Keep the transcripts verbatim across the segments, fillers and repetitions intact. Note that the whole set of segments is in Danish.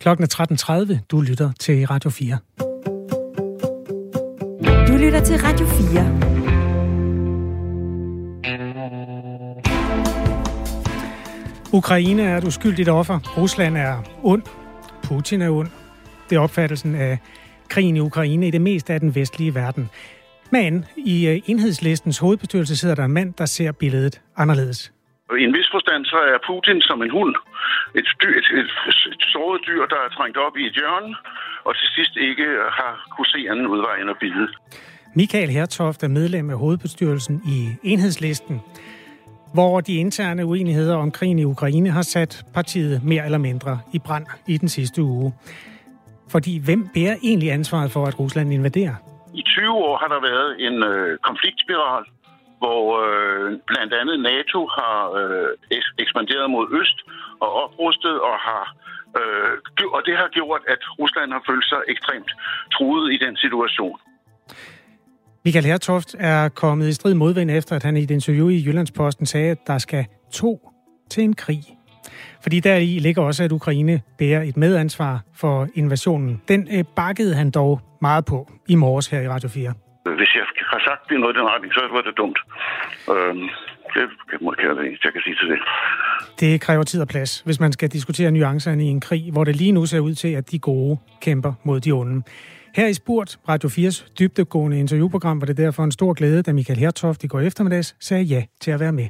Klokken er tretten tredive. Du lytter til Radio fire. Du lytter til Radio fire. Ukraine er et uskyldigt offer. Rusland er ond. Putin er ond. Det er opfattelsen af krigen i Ukraine i det meste af den vestlige verden. Men i Enhedslistens hovedbestyrelse sidder der en mand, der ser billedet anderledes. I en vis forstand så er Putin som en hund. Et, dyr, et, et, et såret dyr, der er trængt op i et hjørne, og til sidst ikke har kunne se anden udvej end at bide. Michael Hertoft er medlem af hovedbestyrelsen i Enhedslisten, hvor de interne uenigheder om krigen i Ukraine har sat partiet mere eller mindre i brand i den sidste uge. Fordi hvem bærer egentlig ansvaret for, at Rusland invaderer? I tyve år har der været en øh, konfliktspiral, hvor øh, blandt andet NATO har øh, ekspanderet mod øst og oprustet, og, har, øh, og det har gjort, at Rusland har følt sig ekstremt truet i den situation. Michael Hertoft er kommet i strid modvind efter, at han i et interview i Jyllandsposten sagde, at der skal to til en krig. Fordi deri ligger også, at Ukraine bærer et medansvar for invasionen. Den øh, bakkede han dog meget på i morges her i Radio fire. Hvis jeg har sagt det noget i den retning, så var det dumt. Øhm, det må jeg kan sige til det. Det kræver tid og plads, hvis man skal diskutere nuancerne i en krig, hvor det lige nu ser ud til, at de gode kæmper mod de onde. Her i Spurt, Radio fires dybdegående interviewprogram, var det derfor en stor glæde, da Michael Hertoft i går eftermiddags sagde ja til at være med.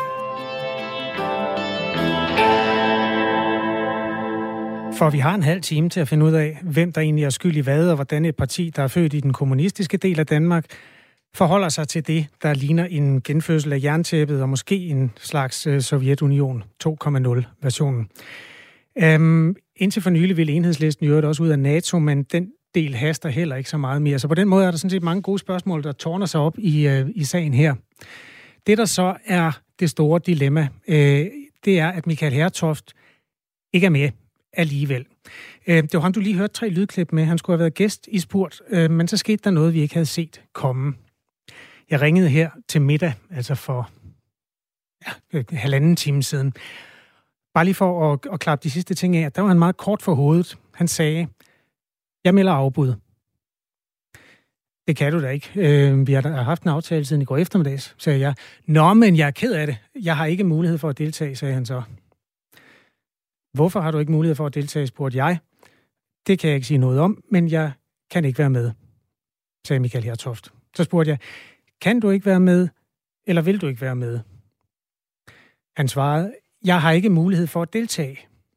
For vi har en halv time til at finde ud af, hvem der egentlig er skyld i hvad, og hvordan et parti, der er født i den kommunistiske del af Danmark, forholder sig til det, der ligner en genfødsel af jerntæppet og måske en slags Sovjetunion to punkt nul-versionen. Um, indtil for nylig ville Enhedslisten jo også ud af NATO, men den del haster heller ikke så meget mere. Så på den måde er der sådan set mange gode spørgsmål, der tårner sig op i, uh, i sagen her. Det, der så er det store dilemma, uh, det er, at Michael Hertoft ikke er med alligevel. Det var ham, du lige hørte tre lydklip med. Han skulle have været gæst i Spurt, men så skete der noget, vi ikke havde set komme. Jeg ringede her til middag, altså for ja, halvanden time siden. Bare lige for at, at klappe de sidste ting af. Der var han meget kort for hovedet. Han sagde, jeg melder afbud. Det kan du da ikke. Vi har haft en aftale siden i går eftermiddags, sagde jeg. Nå, men jeg er ked af det. Jeg har ikke mulighed for at deltage, sagde han så. Hvorfor har du ikke mulighed for at deltage, spurgte jeg. Det kan jeg ikke sige noget om, men jeg kan ikke være med, sagde Michael Hertoft. Så spurgte jeg, kan du ikke være med, eller vil du ikke være med? Han svarede, jeg har ikke mulighed for at deltage.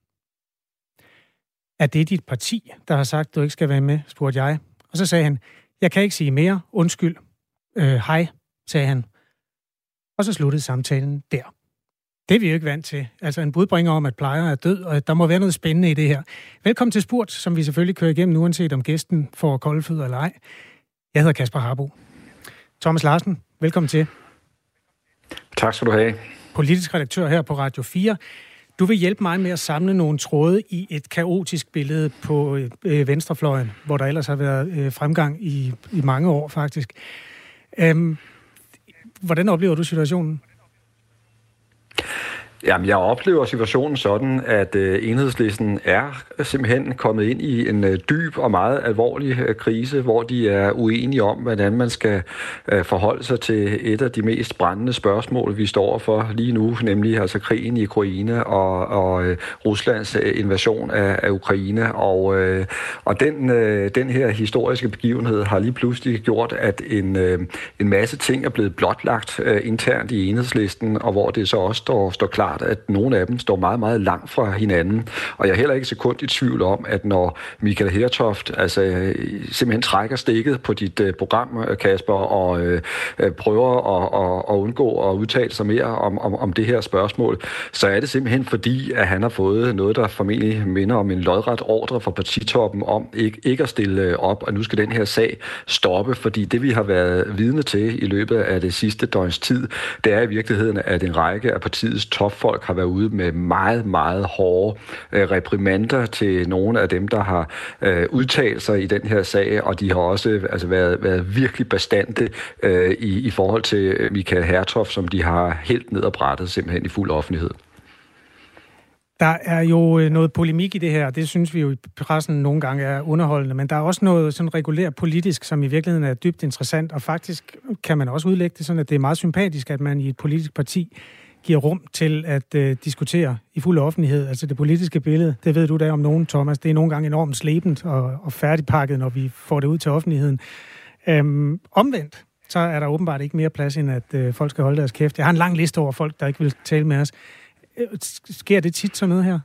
Er det dit parti, der har sagt, du ikke skal være med, spurgte jeg. Og så sagde han, jeg kan ikke sige mere, undskyld. Øh, hej, sagde han. Og så sluttede samtalen der. Det er vi jo ikke vant til. Altså en budbringer om, at plejer er død, og der må være noget spændende i det her. Velkommen til Spurt, som vi selvfølgelig kører igennem, uanset om gæsten får kolde fødder eller ej. Jeg hedder Kasper Harbo. Thomas Larsen, velkommen til. Tak skal du have. Politisk redaktør her på Radio fire. Du vil hjælpe mig med at samle nogle tråde i et kaotisk billede på øh, venstrefløjen, hvor der ellers har været øh, fremgang i, i mange år faktisk. Øhm, hvordan oplever du situationen? Jamen, jeg oplever situationen sådan, at øh, Enhedslisten er simpelthen kommet ind i en øh, dyb og meget alvorlig øh, krise, hvor de er uenige om, hvordan man skal øh, forholde sig til et af de mest brændende spørgsmål, vi står for lige nu, nemlig altså krigen i Ukraine og, og øh, Ruslands øh, invasion af, af Ukraine. Og, øh, og den, øh, den her historiske begivenhed har lige pludselig gjort, at en, øh, en masse ting er blevet blotlagt øh, internt i Enhedslisten, og hvor det så også står, står klart, at nogle af dem står meget, meget langt fra hinanden. Og jeg er heller ikke sekund i tvivl om, at når Michael Hertoft altså, simpelthen trækker stikket på dit uh, program, Kasper, og uh, prøver at, at, at undgå at udtale sig mere om, om, om det her spørgsmål, så er det simpelthen fordi, at han har fået noget, der formentlig minder om en lodret ordre fra partitoppen om ikke, ikke at stille op, og nu skal den her sag stoppe, fordi det, vi har været vidne til i løbet af det sidste døgns tid, det er i virkeligheden, at en række af partiets topfolk har været ude med meget, meget hårde øh, reprimander til nogle af dem, der har øh, udtalt sig i den her sag, og de har også altså, været, været virkelig bastante øh, i, i forhold til Michael Hertoft, som de har hældt ned og brættet simpelthen i fuld offentlighed. Der er jo noget polemik i det her, det synes vi jo i pressen nogle gange er underholdende, men der er også noget sådan regulært politisk, som i virkeligheden er dybt interessant, og faktisk kan man også udlægge det sådan, at det er meget sympatisk, at man i et politisk parti giver rum til at øh, diskutere i fuld offentlighed. Altså det politiske billede, det ved du da om nogen, Thomas, det er nogle gange enormt slebent og, og færdigpakket, når vi får det ud til offentligheden. Øhm, omvendt, så er der åbenbart ikke mere plads, end at øh, folk skal holde deres kæft. Jeg har en lang liste over folk, der ikke vil tale med os. Sker det tit sådan noget her?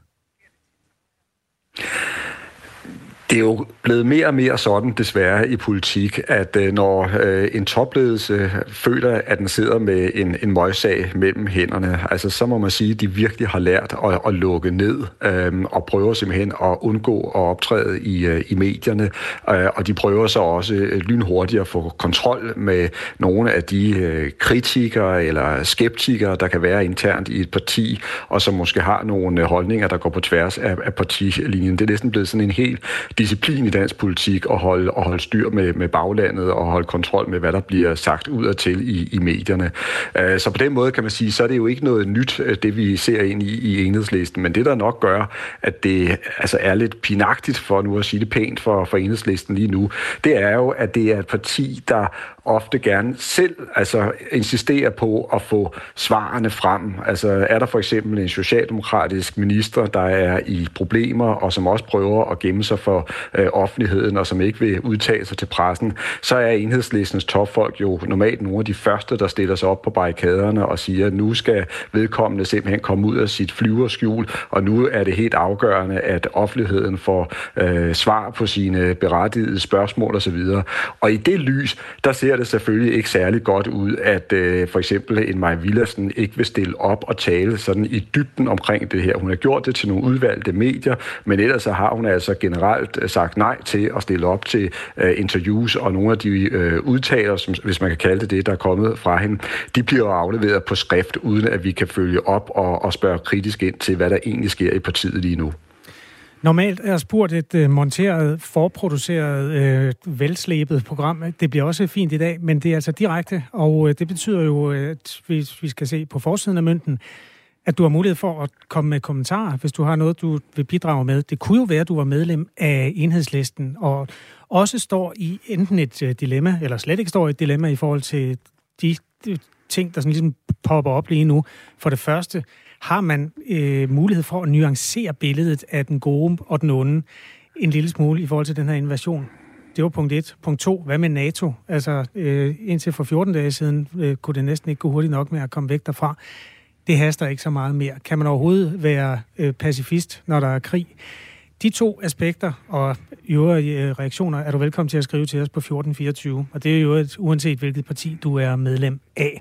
Det er jo blevet mere og mere sådan, desværre, i politik, at øh, når øh, en topledelse føler, at den sidder med en, en møgssag mellem hænderne, altså så må man sige, at de virkelig har lært at, at lukke ned øh, og prøver simpelthen at undgå at optræde i, øh, i medierne, øh, og de prøver så også lynhurtigt at få kontrol med nogle af de øh, kritikere eller skeptikere, der kan være internt i et parti, og som måske har nogle holdninger, der går på tværs af, af partilinjen. Det er næsten blevet sådan en helt disciplin i dansk politik at holde, at holde styr med, med baglandet og holde kontrol med, hvad der bliver sagt udadtil i, i medierne. Uh, så på den måde kan man sige, så er det jo ikke noget nyt, det vi ser ind i, i Enhedslisten, men det der nok gør, at det altså er lidt pinagtigt, for nu at sige det pænt for, for Enhedslisten lige nu, det er jo, at det er et parti, der ofte gerne selv altså insisterer på at få svarene frem. Altså er der for eksempel en socialdemokratisk minister, der er i problemer, og som også prøver at gemme sig for øh, offentligheden, og som ikke vil udtale sig til pressen, så er Enhedslistens topfolk jo normalt nogle af de første, der stiller sig op på barrikaderne og siger, at nu skal vedkommende simpelthen komme ud af sit flyverskjul, og nu er det helt afgørende, at offentligheden får øh, svar på sine berettigede spørgsmål osv. Og i det lys, der ser det selvfølgelig ikke særlig godt ud, at øh, for eksempel en Mai Villadsen ikke vil stille op og tale sådan i dybden omkring det her. Hun har gjort det til nogle udvalgte medier, men ellers så har hun altså generelt sagt nej til at stille op til øh, interviews, og nogle af de øh, udtaler, som, hvis man kan kalde det det, der er kommet fra hende, de bliver afleveret på skrift, uden at vi kan følge op og, og spørge kritisk ind til, hvad der egentlig sker i partiet lige nu. Normalt er spurgt et øh, monteret, forproduceret, øh, velslebet program. Det bliver også fint i dag, men det er altså direkte, og øh, det betyder jo, at hvis vi skal se på forsiden af mønten, at du har mulighed for at komme med kommentarer, hvis du har noget, du vil bidrage med. Det kunne jo være, at du var medlem af Enhedslisten, og også står i enten et øh, dilemma, eller slet ikke står i et dilemma i forhold til de, de ting, der sådan ligesom popper op lige nu. For det første, har man øh, mulighed for at nuancere billedet af den gode og den onde en lille smule i forhold til den her invasion. Det var punkt et. Punkt to, hvad med NATO? Altså, øh, indtil for fjorten dage siden øh, kunne det næsten ikke gå hurtigt nok med at komme væk derfra. Det haster ikke så meget mere. Kan man overhovedet være øh, pacifist, når der er krig? De to aspekter og øvrige reaktioner er du velkommen til at skrive til os på fjorten fireogtyve, og det er jo et, uanset hvilket parti du er medlem af.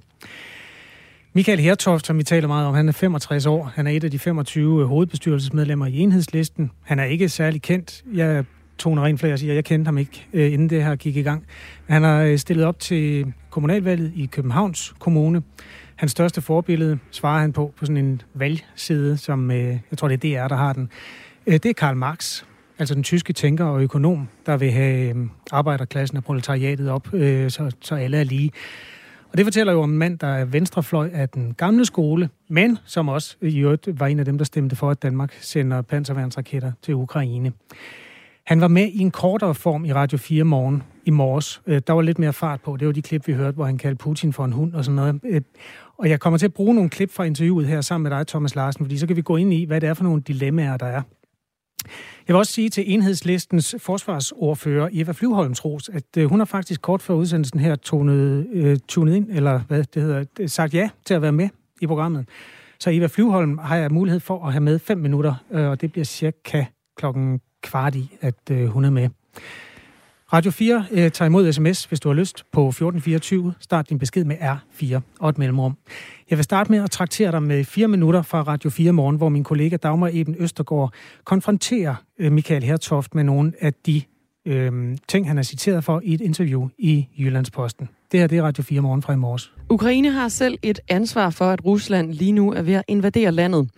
Michael Hertoft, som vi taler meget om, han er femogtres år. Han er et af de femogtyve hovedbestyrelsesmedlemmer i Enhedslisten. Han er ikke særlig kendt. Jeg toner rent flere og siger, at jeg kendte ham ikke, inden det her gik i gang. Han har stillet op til kommunalvalget i Københavns Kommune. Hans største forbillede svarer han på på sådan en valgside, som jeg tror, det er D R, der har den. Det er Karl Marx, altså den tyske tænker og økonom, der vil have arbejderklassen og proletariatet op, så, så alle er lige. Og det fortæller jo om en mand, der er venstrefløj af den gamle skole, men som også i øvrigt var en af dem, der stemte for, at Danmark sender panserværnsraketter til Ukraine. Han var med i en kortere form i Radio fire morgen i morges. Der var lidt mere fart på. Det var de klip, vi hørte, hvor han kaldte Putin for en hund og sådan noget. Og jeg kommer til at bruge nogle klip fra interviewet her sammen med dig, Thomas Larsen, fordi så kan vi gå ind i, hvad det er for nogle dilemmaer, der er. Jeg vil også sige til Enhedslistens forsvarsordfører Eva Flyvholm-Troels, at hun har faktisk kort før udsendelsen her tonet, øh, tunet ind, eller hvad det hedder, sagt ja til at være med i programmet. Så Eva Flyvholm har jeg mulighed for at have med fem minutter, øh, og det bliver cirka klokken kvart i, at øh, hun er med. Radio fire øh, tager imod sms, hvis du har lyst, på fjorten fireogtyve. Start din besked med R fire og et mellemrum. Jeg vil starte med at traktere dig med fire minutter fra Radio fire morgen, hvor min kollega Dagmar Eben Østergaard konfronterer øh, Michael Hertoft med nogle af de øh, ting, han er citeret for i et interview i Jyllandsposten. Det her det er Radio fire morgen fra i morges. Ukraine har selv et ansvar for, at Rusland lige nu er ved at invadere landet.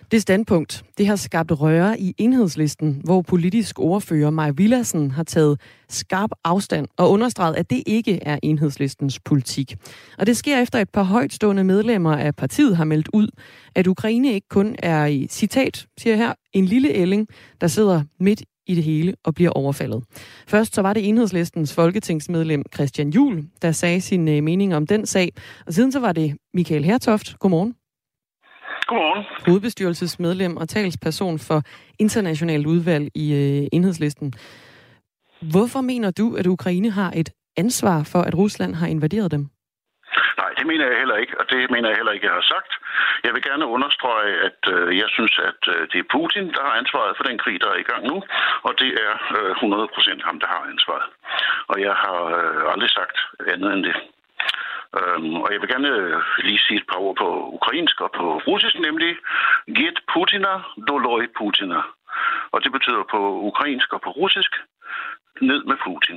Det standpunkt, det har skabt røre i Enhedslisten, hvor politisk ordfører Mai Villadsen har taget skarp afstand og understreget, at det ikke er Enhedslistens politik. Og det sker efter et par højtstående medlemmer af partiet har meldt ud, at Ukraine ikke kun er i, citat, siger her, en lille ælling, der sidder midt i det hele og bliver overfaldet. Først så var det Enhedslistens folketingsmedlem Christian Juhl, der sagde sin mening om den sag, og siden så var det Michael Hertoft. Godmorgen. Godmorgen. Hovedbestyrelsesmedlem og talsperson for internationalt udvalg i øh, Enhedslisten. Hvorfor mener du, at Ukraine har et ansvar for, at Rusland har invaderet dem? Nej, det mener jeg heller ikke, og det mener jeg heller ikke, jeg har sagt. Jeg vil gerne understrege, at øh, jeg synes, at øh, det er Putin, der har ansvaret for den krig, der er i gang nu, og det er øh, hundrede procent ham, der har ansvaret. Og jeg har øh, aldrig sagt andet end det. Um, og jeg vil gerne lige sige et par ord på ukrainsk og på russisk, nemlig Get Putina, doloj Putina. Og det betyder på ukrainsk og på russisk, ned med Putin.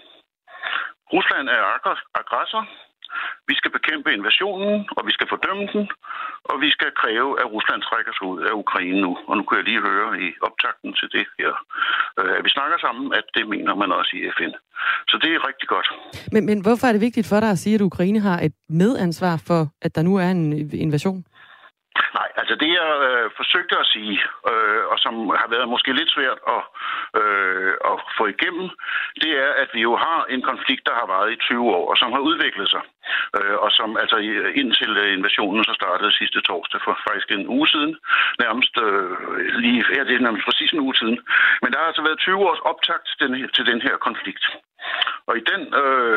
Rusland er aggressor. Vi skal bekæmpe invasionen, og vi skal fordømme den, og vi skal kræve, at Rusland trækker sig ud af Ukraine nu. Og nu kan jeg lige høre i optakten til det her, at vi snakker sammen, at det mener man også i F N. Så det er rigtig godt. Men, men hvorfor er det vigtigt for dig at sige, at Ukraine har et medansvar for, at der nu er en invasion? Nej, altså det jeg øh, forsøgte at sige, øh, og som har været måske lidt svært at, øh, at få igennem, det er, at vi jo har en konflikt, der har varet i tyve år, og som har udviklet sig. Øh, og som altså indtil invasionen så startede sidste torsdag for faktisk en uge siden, nærmest øh, lige, ja, det er nærmest præcis en uge siden. Men der har altså været tyve års optakt til den her, til den her konflikt. Og i den... Øh,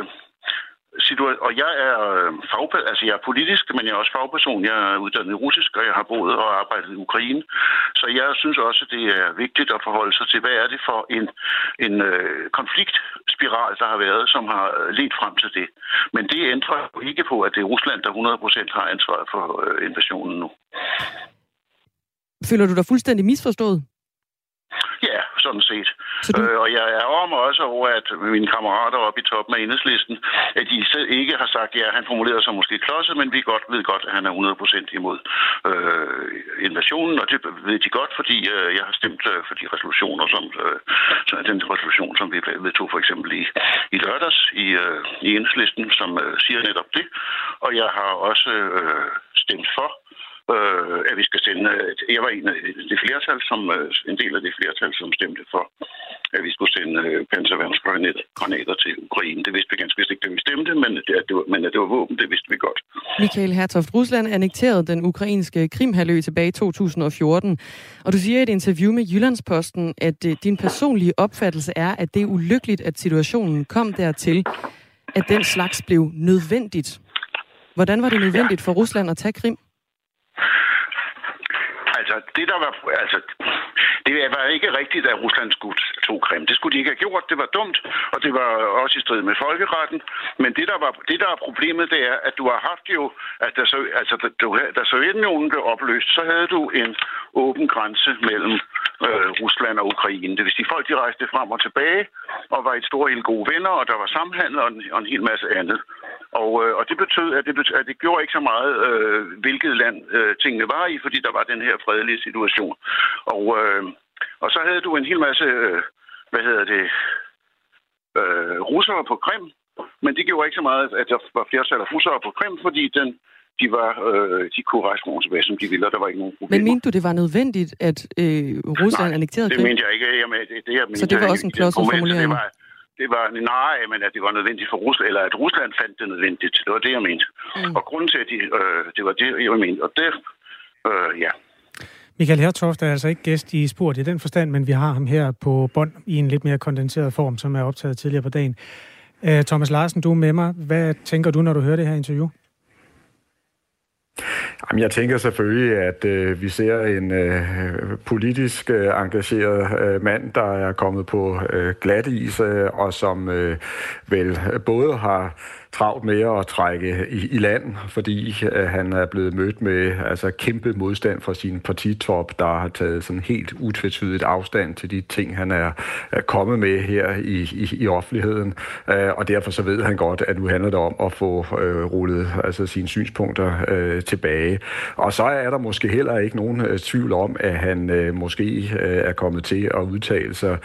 Og jeg er fag, altså jeg er politisk, men jeg er også fagperson. Jeg er uddannet i russisk, og jeg har boet og arbejdet i Ukraine. Så jeg synes også, at det er vigtigt at forholde sig til, hvad er det for en, en øh, konfliktspiral, der har været, som har ledt frem til det. Men det ændrer jo ikke på, at det er Rusland, der hundrede procent har ansvaret for øh, invasionen nu. Føler du dig fuldstændig misforstået? Ja, sådan set. Du... Øh, og jeg ærger mig også over, at mine kammerater oppe i toppen af Enhedslisten, at de selv ikke har sagt, ja, han formulerede sig måske klodset, men vi godt, ved godt, at han er hundrede procent imod øh, invasionen, og det ved de godt, fordi øh, jeg har stemt øh, for de resolutioner, som øh, den resolution, som vi vedtog for eksempel i, i lørdags i, øh, i Enhedslisten, som øh, siger netop det. Og jeg har også øh, stemt for, Øh, at vi skal sende... Jeg var en af det flertal, som, en del af det flertal, som stemte for, at vi skulle sende panserværnsgranater til Ukraine. Det vidste vi ganske vist ikke, da vi stemte, men, det, det var, men at det var våben, det vidste vi godt. Michael Hertoft, Rusland annekterede den ukrainske Krimhalvø tilbage i to tusind og fjorten, og du siger i et interview med Jyllandsposten, at din personlige opfattelse er, at det er ulykkeligt, at situationen kom dertil, at den slags blev nødvendigt. Hvordan var det nødvendigt for Rusland at tage Krim? Altså, det der var... Altså, det var ikke rigtigt, at Rusland skulle tog Krim. Det skulle de ikke have gjort. Det var dumt, og det var også i strid med folkeretten. Men det, der var, det, der er problemet, det er, at du har haft jo... At da, altså, da Sovjetunionen blev opløst, så havde du en åben grænse mellem øh, Rusland og Ukraine. Det vil sige, folk de rejste frem og tilbage, og var et stort helt gode venner, og der var samhandel og en, og en hel masse andet. Og, øh, og det betød, at det, betød, at det gjorde ikke så meget, øh, hvilket land øh, tingene var i, fordi der var den her fredelige situation. Og, øh, og så havde du en hel masse, øh, hvad hedder det, øh, russere på Krim, men det gjorde ikke så meget, at der var flertal af russere på Krim, fordi den, de, var, øh, de kunne rejse rundt tilbage, som de ville, og der var ikke nogen problemer. Men mente du, det var nødvendigt, at øh, Rusland Nej, annekterede Krim? det mente jeg ikke. Jeg mente, det, det, jeg mente, så det var også en klodset formulering? Det var, nej, men at det var nødvendigt for Rusland, eller at Rusland fandt det nødvendigt. Det var det, jeg mente. Mm. Og grunden til, at de, øh, det var det, jeg mente. Og det, øh, ja. Michael Hertoft er altså ikke gæst i Spurgt i den forstand, men vi har ham her på bånd i en lidt mere kondenseret form, som er optaget tidligere på dagen. Uh, Thomas Larsen, du er med mig. Hvad tænker du, når du hører det her interview? Jamen, jeg tænker selvfølgelig, at øh, vi ser en øh, politisk øh, engageret øh, mand, der er kommet på øh, glat is, øh, og som øh, vel både har travlt med at trække i, i land, fordi øh, han er blevet mødt med altså kæmpe modstand fra sin partitop, der har taget sådan helt utvetydigt afstand til de ting, han er, er kommet med her i, i, i offentligheden. Øh, og derfor så ved han godt, at nu handler det om at få øh, rullet altså sine synspunkter øh, tilbage. Og så er der måske heller ikke nogen øh, tvivl om, at han øh, måske øh, er kommet til at udtale sig,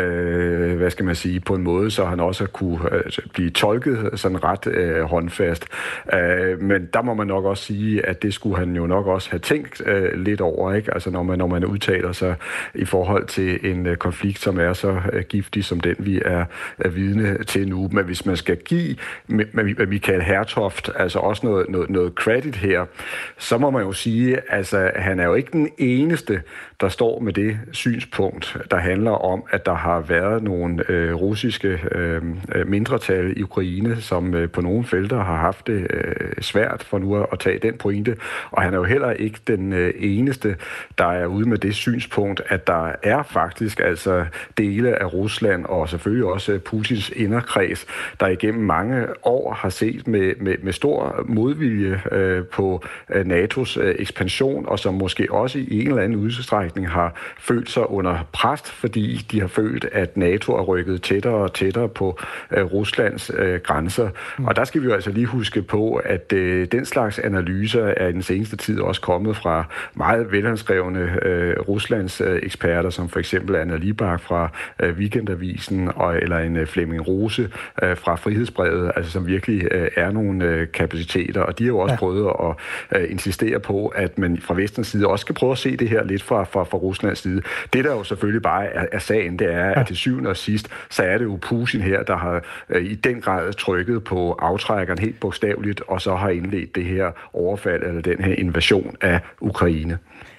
øh, hvad skal man sige, på en måde, så han også kunne øh, blive tolket sådan ret øh, håndfast. Øh, men der må man nok også sige, at det skulle han jo nok også have tænkt øh, lidt over, ikke? Altså når man, når man udtaler sig i forhold til en øh, konflikt, som er så øh, giftig som den, vi er, er vidne til nu. Men hvis man skal give Michael Hertoft altså også noget, noget, noget credit her, så må man jo sige, altså han er jo ikke den eneste, der står med det synspunkt, der handler om, at der har været nogle øh, russiske øh, mindretal i Ukraine, som øh, på nogle felter har haft det øh, svært for nu at tage den pointe. Og han er jo heller ikke den øh, eneste, der er ude med det synspunkt, at der er faktisk altså dele af Rusland og selvfølgelig også Putins inderkreds, der igennem mange år har set med, med, med stor modvilje øh, på øh, N A T O's øh, ekspansion, og som måske også i en eller anden udstrækning har følt sig under pres, fordi de har følt, at NATO er rykket tættere og tættere på øh, Ruslands øh, grænser. Mm. Og der skal vi jo altså lige huske på, at øh, den slags analyser er i den seneste tid også kommet fra meget velanskrevne øh, Ruslands øh, eksperter, som for eksempel Anna Libak fra øh, Weekendavisen, og, eller en øh, Flemming Rose øh, fra Frihedsbrevet, altså som virkelig øh, er nogle øh, kapaciteter, og de har jo også ja. prøvet at øh, insistere på, at man fra vestens side også skal prøve at se det her lidt fra, fra, fra Ruslands side. Det, der jo selvfølgelig bare er, er sagen, det er, ja. at til syvende og sidst, så er det jo Putin her, der har øh, i den grad trykket på aftrækkeren helt bogstaveligt, og så har indledt det her overfald, eller den her invasion af Ukraine.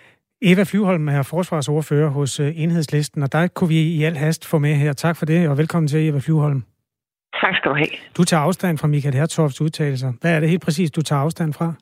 Eva Flyvholm er forsvarsordfører hos Enhedslisten, og der kunne vi i al hast få med her. Tak for det, og velkommen til, Eva Flyvholm. Tak skal du have. Du tager afstand fra Michael Hertofts udtalelser. Hvad er det helt præcis, du tager afstand fra?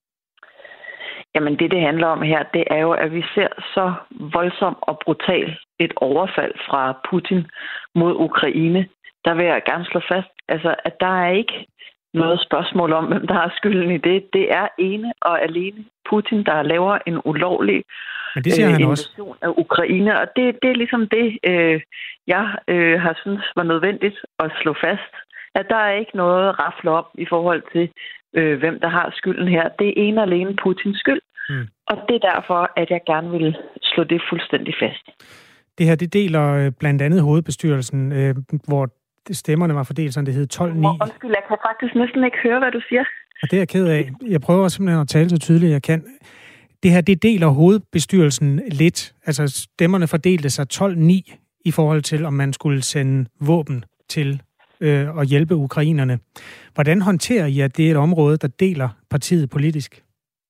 Jamen det, det handler om her, det er jo, at vi ser så voldsomt og brutalt et overfald fra Putin mod Ukraine. Der vil jeg gerne slå fast, altså, at der er ikke noget spørgsmål om, hvem der har skylden i det. Det er ene og alene Putin, der laver en ulovlig Men det siger øh, han invasion også. af Ukraine. Og det, det er ligesom det, øh, jeg øh, har synes var nødvendigt at slå fast. At der er ikke noget at rafle op i forhold til, øh, hvem der har skylden her. Det er ene og alene Putins skyld. Mm. Og det er derfor, at jeg gerne vil slå det fuldstændig fast. Det her, det deler blandt andet hovedbestyrelsen, øh, hvor stemmerne var fordelt, sådan det hed tolv ni. Undskyld, jeg kan faktisk næsten ikke høre, hvad du siger. Og det er jeg ked af. Jeg prøver simpelthen at tale så tydeligt, jeg kan. Det her, det deler hovedbestyrelsen lidt. Altså stemmerne fordelte sig tolv ni i forhold til, om man skulle sende våben til øh, at hjælpe ukrainerne. Hvordan håndterer I, at det er et område, der deler partiet politisk?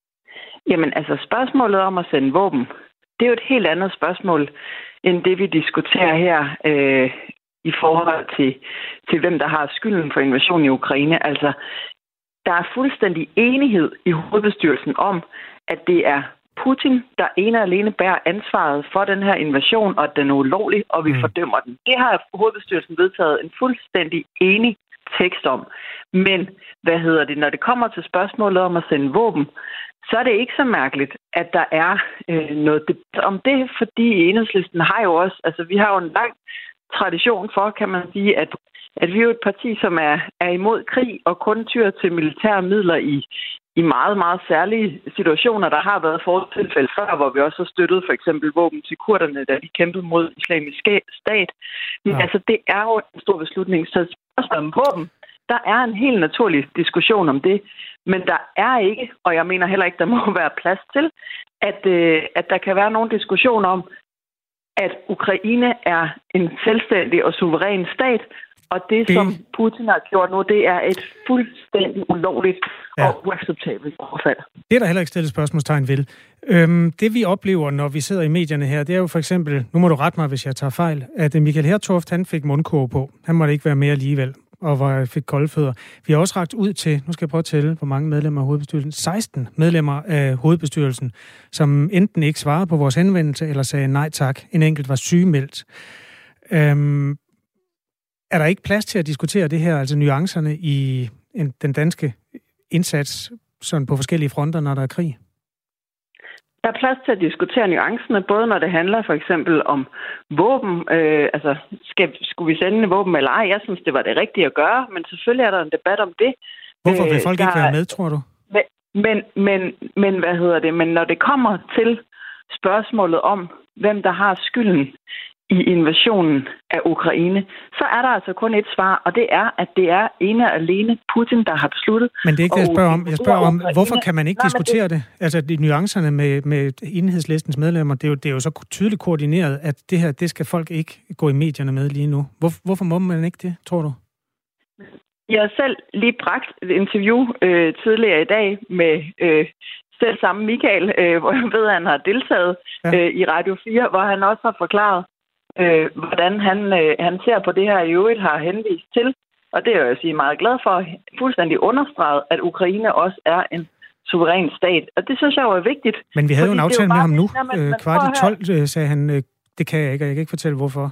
Jamen altså, spørgsmålet om at sende våben, det er jo et helt andet spørgsmål, end det vi diskuterer her øh, i forhold til, til, hvem der har skylden for invasionen i Ukraine. Altså, der er fuldstændig enighed i hovedbestyrelsen om, at det er Putin, der ene og alene bærer ansvaret for den her invasion, og at den er ulovlig, og vi mm. fordømmer den. Det har hovedbestyrelsen vedtaget en fuldstændig enig tekst om. Men, hvad hedder det, når det kommer til spørgsmålet om at sende våben, så er det ikke så mærkeligt, at der er øh, noget debat om det, fordi Enhedslisten har jo også, altså vi har jo en lang tradition for, kan man sige, at, at vi er jo et parti, som er, er imod krig og kun tyr til militære midler i, i meget, meget særlige situationer. Der har været fortilfælde før, hvor vi også har støttet for eksempel våben til kurderne, da de kæmpede mod islamisk stat. Men ja. altså, det er jo en stor beslutning. Så spørgsmålet om våben, der er en helt naturlig diskussion om det, men der er ikke, og jeg mener heller ikke, der må være plads til, at, øh, at der kan være nogen diskussion om, at Ukraine er en selvstændig og suveræn stat, og det, det, som Putin har gjort nu, det er et fuldstændig ulovligt ja. og uacceptabelt overfald. Det er der heller ikke stillet spørgsmålstegn ved. Øhm, det vi oplever, når vi sidder i medierne her, det er jo for eksempel, nu må du rette mig, hvis jeg tager fejl, at Michael Hertoft, han fik mundkurv på. Han måtte ikke være mere alligevel, og hvor fik kolde fødder. Vi har også rakt ud til, nu skal jeg prøve at tælle, hvor mange medlemmer af hovedbestyrelsen, seksten medlemmer af hovedbestyrelsen, som enten ikke svarede på vores henvendelse, eller sagde nej tak. En enkelt var sygemeldt. Øhm, er der ikke plads til at diskutere det her, altså nuancerne i en, den danske indsats sådan på forskellige fronter, når der er krig? Der er plads til at diskutere nuancerne, både når det handler for eksempel om våben. Øh, altså, skal, skulle vi sende våben eller ej? Jeg synes, det var det rigtige at gøre, men selvfølgelig er der en debat om det. Hvorfor vil folk øh, ikke være med, tror du? Men, men, men, men hvad hedder det? Men når det kommer til spørgsmålet om, hvem der har skylden i invasionen af Ukraine, så er der altså kun et svar, og det er, at det er ene og alene Putin, der har besluttet. Men det er ikke det, jeg spørger om. Jeg spørger om, hvorfor kan man ikke Nej, diskutere det... det? Altså, de nuancerne med, med Enhedslistens medlemmer, det er, jo, det er jo så tydeligt koordineret, at det her, det skal folk ikke gå i medierne med lige nu. Hvor, hvorfor må man ikke det, tror du? Jeg har selv lige bragt et interview øh, tidligere i dag med øh, selv samme Michael, øh, hvor jeg ved, at han har deltaget ja. øh, i Radio fire, hvor han også har forklaret, Øh, hvordan han, øh, han ser på det her i øvrigt har henvist til. Og det er jeg sige meget glad for, fuldstændig understreget, at Ukraine også er en suveræn stat. Og det synes jeg jo er vigtigt. Men vi havde jo en aftale med ham nu. Øh, kvart i tolv øh, sagde han, øh, det kan jeg ikke, og jeg kan ikke fortælle, hvorfor.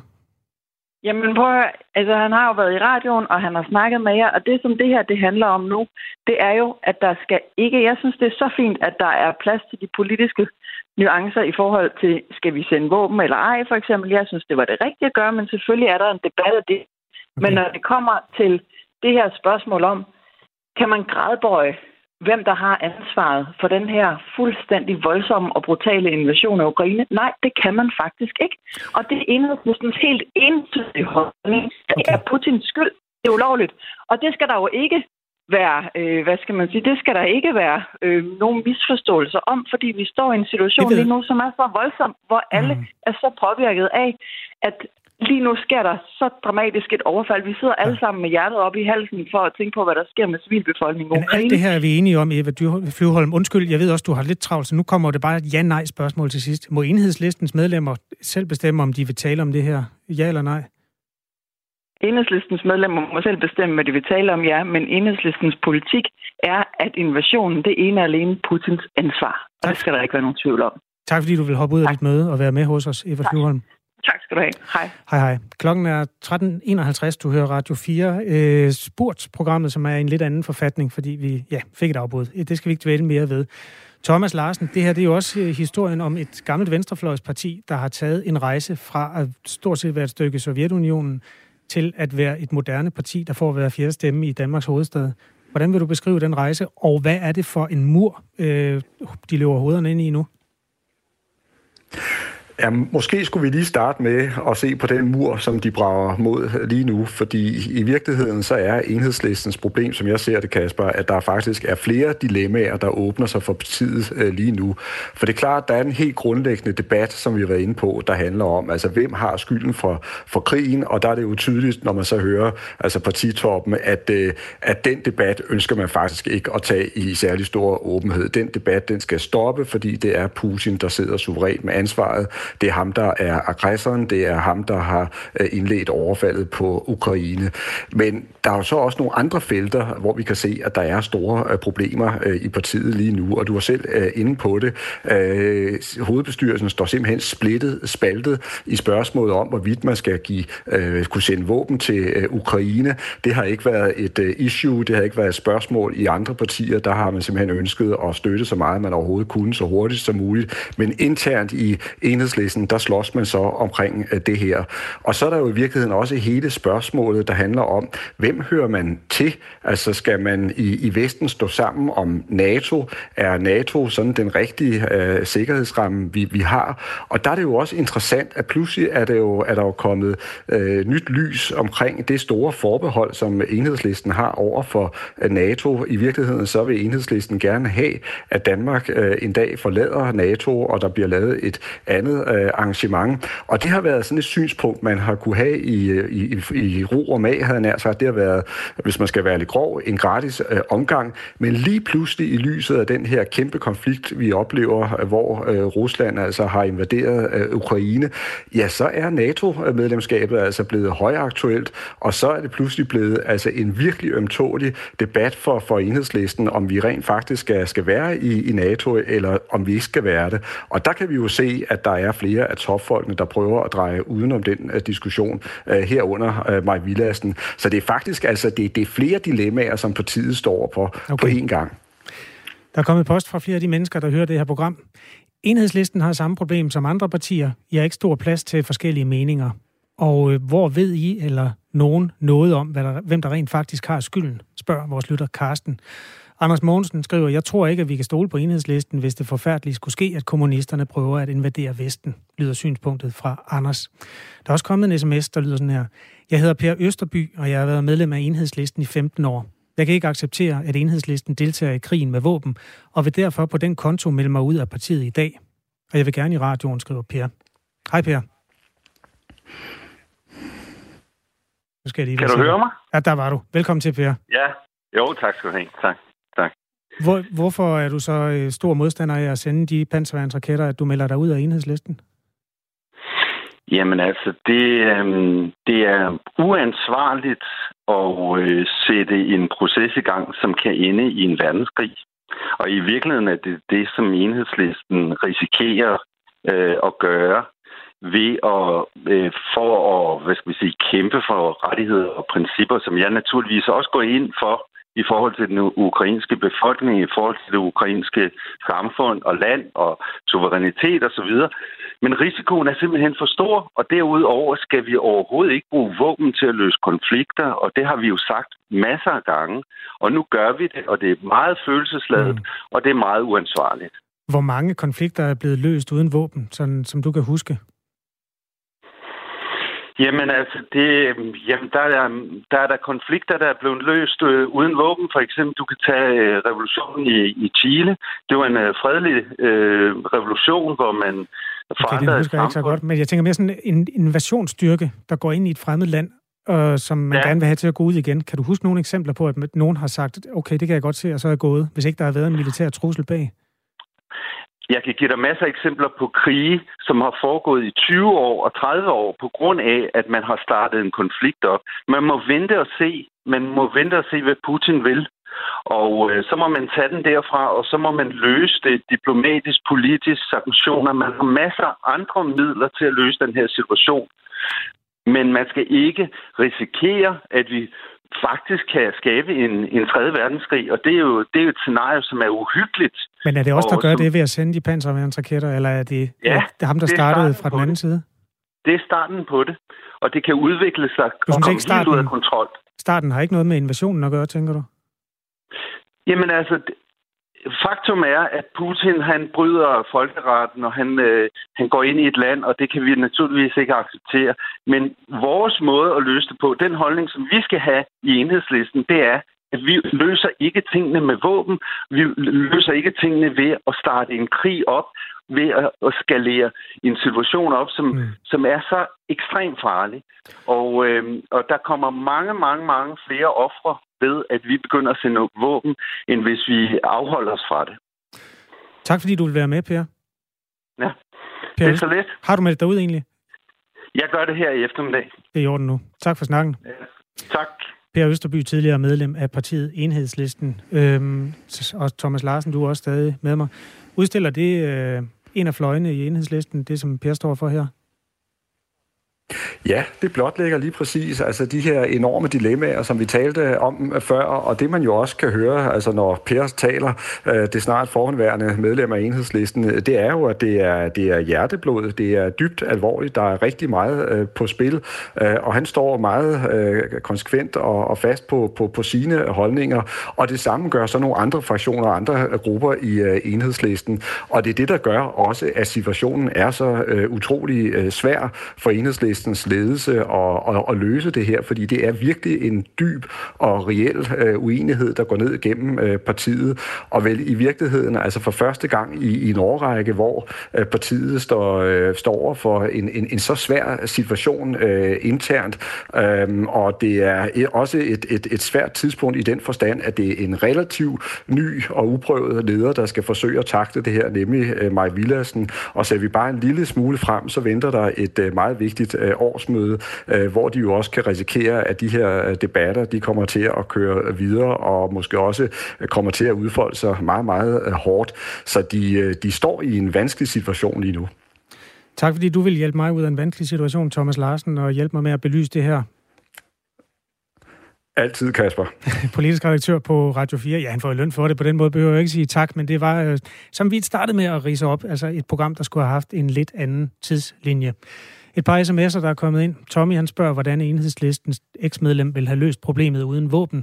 Jamen prøv at høre, altså han har jo været i radioen, og han har snakket med jer, og det som det her, det handler om nu, det er jo, at der skal ikke, jeg synes det er så fint, at der er plads til de politiske nuancer i forhold til, skal vi sende våben eller ej, for eksempel. Jeg synes, det var det rigtige at gøre, men selvfølgelig er der en debat af det. Okay. Men når det kommer til det her spørgsmål om, kan man gradbøje, hvem der har ansvaret for den her fuldstændig voldsomme og brutale invasion af Ukraine? Nej, det kan man faktisk ikke. Og det er Enhedslistens helt entydige holdning. Det er Putins skyld. Det er ulovligt. Og det skal der jo ikke være, øh, hvad skal man sige, det skal der ikke være øh, nogen misforståelser om, fordi vi står i en situation lige nu, som er så voldsom, hvor alle mm. er så påvirket af, at lige nu sker der så dramatisk et overfald. Vi sidder alle sammen med hjertet op i halsen for at tænke på, hvad der sker med civilbefolkningen. Men alt det her er vi enige om, Eva Flyvholm. Undskyld, jeg ved også, du har lidt travlt, så nu kommer det bare et ja-nej-spørgsmål til sidst. Må Enhedslistens medlemmer selv bestemme, om de vil tale om det her? Ja eller nej? Enhedslistens medlemmer må selv bestemme, hvad de vil tale om, ja, men Enhedslistens politik er, at invasionen, det ene er alene Putins ansvar. Og det skal der ikke være nogen tvivl om. Tak fordi du vil hoppe ud af dit møde og være med hos os, Eva Flyvholm. Tak skal du have. Hej. Hej, hej. Klokken er tretten enoghalvtreds. Du hører Radio fire. Øh, Spurt-programmet, som er i en lidt anden forfatning, fordi vi ja, fik et afbud. Det skal vi ikke dvæle mere ved. Thomas Larsen, det her det er jo også historien om et gammelt venstrefløjsparti, der har taget en rejse fra at stort set være et stykke Sovjetunionen til at være et moderne parti, der får at være fjerde stemme i Danmarks hovedstad. Hvordan vil du beskrive den rejse, og hvad er det for en mur, øh, de løber hovederne ind i nu? Ja, måske skulle vi lige starte med at se på den mur, som de brager mod lige nu, fordi i virkeligheden så er Enhedslistens problem, som jeg ser det, Kasper, at der faktisk er flere dilemmaer, der åbner sig for partiet øh, lige nu. For det er klart, at der er en helt grundlæggende debat, som vi har været inde på, der handler om, altså hvem har skylden for, for krigen, og der er det jo tydeligt, når man så hører altså partitoppen, at, øh, at den debat ønsker man faktisk ikke at tage i særlig stor åbenhed. Den debat, den skal stoppe, fordi det er Putin, der sidder suverænt med ansvaret. Det er ham, der er aggressoren, det er ham, der har indledt overfaldet på Ukraine. Men der er jo så også nogle andre felter, hvor vi kan se, at der er store problemer i partiet lige nu, og du er selv inde på det. Hovedbestyrelsen står simpelthen splittet, spaltet i spørgsmålet om, hvorvidt man skal give, kunne sende våben til Ukraine. Det har ikke været et issue, det har ikke været et spørgsmål i andre partier. Der har man simpelthen ønsket at støtte så meget, man overhovedet kunne, så hurtigt som muligt. Men internt i Enhedslisten, der slås man så omkring det her. Og så er der jo i virkeligheden også hele spørgsmålet, der handler om, hvem hører man til? Altså skal man i, i Vesten stå sammen om NATO? Er NATO sådan den rigtige øh, sikkerhedsramme, vi, vi har? Og der er det jo også interessant, at pludselig er der jo, er der jo kommet øh, nyt lys omkring det store forbehold, som Enhedslisten har over for øh, NATO. I virkeligheden så vil Enhedslisten gerne have, at Danmark øh, en dag forlader NATO, og der bliver lavet et andet øh, arrangement. Og det har været sådan et synspunkt, man har kunne have i, i, i ro og mag, havde jeg nær sagt. Det har været, hvis man skal være lidt grov, en gratis øh, omgang. Men lige pludselig i lyset af den her kæmpe konflikt, vi oplever, hvor øh, Rusland altså har invaderet øh, Ukraine, ja, så er NATO-medlemskabet altså blevet højaktuelt, og så er det pludselig blevet altså en virkelig ømtålig debat for, for Enhedslisten, om vi rent faktisk skal, skal være i, i NATO, eller om vi ikke skal være det. Og der kan vi jo se, at der er er flere af topfolkene, der prøver at dreje udenom den uh, diskussion uh, herunder uh, Mai Villadsen. Så det er faktisk altså det, det er flere dilemmaer, som partiet står på okay. på én gang. Der er kommet post fra flere af de mennesker, der hører det her program. Enhedslisten har samme problem som andre partier. I har ikke stor plads til forskellige meninger. Og øh, hvor ved I eller nogen noget om, hvad der, hvem der rent faktisk har skylden, spørger vores lytter Karsten. Anders Mogensen skriver, jeg tror ikke, at vi kan stole på Enhedslisten, hvis det forfærdeligt skulle ske, at kommunisterne prøver at invadere Vesten, lyder synspunktet fra Anders. Der er også kommet en sms, der lyder sådan her. Jeg hedder Per Østerby, og jeg har været medlem af Enhedslisten i femten år. Jeg kan ikke acceptere, at Enhedslisten deltager i krigen med våben, og vil derfor på den konto melde mig ud af partiet i dag. Og jeg vil gerne i radioen, skriver Per. Hej Per. Nu skal jeg lige kan du høre mig? Ja, der var du. Velkommen til, Per. Ja, jo, tak skal du have. Tak. tak. Hvor, hvorfor er du så stor modstander af at sende de panserværnsraketter, at du melder dig ud af Enhedslisten? Jamen altså, det, øhm, det er uansvarligt at øh, sætte en proces i gang, som kan ende i en verdenskrig. Og i virkeligheden er det det, som Enhedslisten risikerer øh, at gøre ved at, øh, for at hvad skal vi sige, kæmpe for rettigheder og principper, som jeg naturligvis også går ind for i forhold til den ukrainske befolkning, i forhold til det ukrainske samfund og land og suverænitet osv. Men risikoen er simpelthen for stor, og derudover skal vi overhovedet ikke bruge våben til at løse konflikter, og det har vi jo sagt masser af gange. Og nu gør vi det, og det er meget følelsesladet, mm. og det er meget uansvarligt. Hvor mange konflikter er blevet løst uden våben, sådan, som du kan huske? Jamen altså, det, jamen, der, er, der er der konflikter, der er blevet løst øh, uden våben. For eksempel, du kan tage øh, revolutionen i, i Chile. Det var en øh, fredelig øh, revolution, hvor man okay, det husker jeg ikke så godt, men jeg tænker mere sådan en invasionsstyrke, der går ind i et fremmed land, øh, som man ja. gerne vil have til at gå ud igen. Kan du huske nogle eksempler på, at nogen har sagt, okay, det kan jeg godt se, og så er jeg gået, hvis ikke der har været en militær trussel bag? Jeg kan give dig masser af eksempler på krige, som har foregået i tyve år og tredive år, på grund af, at man har startet en konflikt op. Man må vente og se. Man må vente og se, hvad Putin vil. Og øh, så må man tage den derfra, og så må man løse det diplomatisk, politisk, sanktioner. Man har masser af andre midler til at løse den her situation. Men man skal ikke risikere, at vi faktisk kan skabe en, en tredje verdenskrig, og det er, jo, det er jo et scenarie, som er uhyggeligt. Men er det også, der gør som... det ved at sende de panserværnsraketter, eller er det, ja, er det ham, der det startede fra den anden det. side? Det er starten på det, og det kan udvikle sig og komme helt ud af kontrol. Starten har ikke noget med invasionen at gøre, tænker du? Jamen altså, faktum er, at Putin, han bryder folkeretten, og han, øh, han går ind i et land, og det kan vi naturligvis ikke acceptere. Men vores måde at løse det på, den holdning, som vi skal have i Enhedslisten, det er, at vi løser ikke tingene med våben. Vi løser ikke tingene ved at starte en krig op, ved at, at skalere en situation op, som, mm. som er så ekstremt farlig. Og, øh, og der kommer mange, mange, mange flere ofre ved, at vi begynder at sende våben, end hvis vi afholder os fra det. Tak fordi du vil være med, Per. Ja, Per, det er så let. Har du meldt dig ud egentlig? Jeg gør det her i eftermiddag. Det er i orden nu. Tak for snakken. Ja, tak. Per Østerby, tidligere medlem af partiet Enhedslisten. Øhm, og Thomas Larsen, du er også stadig med mig. Udstiller det øh, en af fløjene i Enhedslisten, det som Per står for her? Ja, det blotlægger lige præcis altså de her enorme dilemmaer, som vi talte om før, og det man jo også kan høre, altså når Per taler, det snart forhåndværende medlem af Enhedslisten, det er jo, at det er, det er hjerteblod, det er dybt alvorligt, der er rigtig meget på spil, og han står meget konsekvent og fast på, på, på sine holdninger, og det samme gør så nogle andre fraktioner og andre grupper i Enhedslisten, og det er det, der gør også, at situationen er så utrolig svær for Enhedslisten ledelse og, og, og løse det her, fordi det er virkelig en dyb og reel øh, uenighed, der går ned gennem øh, partiet, og vel i virkeligheden altså for første gang i, i en årrække, hvor øh, partiet står, øh, står over for en, en, en så svær situation øh, internt, øh, og det er også et, et, et svært tidspunkt i den forstand, at det er en relativt ny og uprøvet leder, der skal forsøge at takle det her, nemlig øh, Mai Villadsen, og ser vi bare en lille smule frem, så venter der et øh, meget vigtigt øh, årsmøde, øh, hvor de jo også kan risikere, at de her debatter, de kommer til at køre videre, og måske også kommer til at udfolde sig meget, meget øh, hårdt. Så de, de står i en vanskelig situation lige nu. Tak fordi du vil hjælpe mig ud af en vanskelig situation, Thomas Larsen, og hjælpe mig med at belyse det her. Altid, Kasper. Politisk redaktør på Radio fire. Ja, han får løn for det. På den måde behøver jeg ikke sige tak, men det var, øh, som vi startede med at ridse op, altså et program, der skulle have haft en lidt anden tidslinje. Et par sms'er, der er kommet ind. Tommy, han spørger, hvordan Enhedslistens eksmedlem vil have løst problemet uden våben.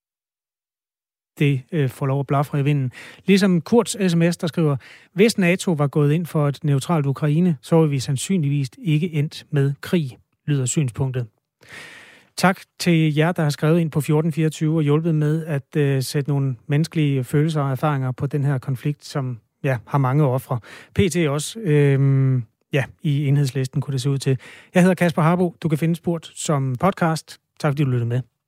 Det øh, får lov at blafre i vinden. Ligesom Kurts sms, der skriver, hvis NATO var gået ind for et neutralt Ukraine, så var vi sandsynligvis ikke endt med krig, lyder synspunktet. Tak til jer, der har skrevet ind på fjorten fireogtyve og hjulpet med at øh, sætte nogle menneskelige følelser og erfaringer på den her konflikt, som ja, har mange ofre. P T også, øh, ja, i Enhedslisten kunne det se ud til. Jeg hedder Kasper Harbo. Du kan finde Spurt som podcast. Tak fordi du lyttede med.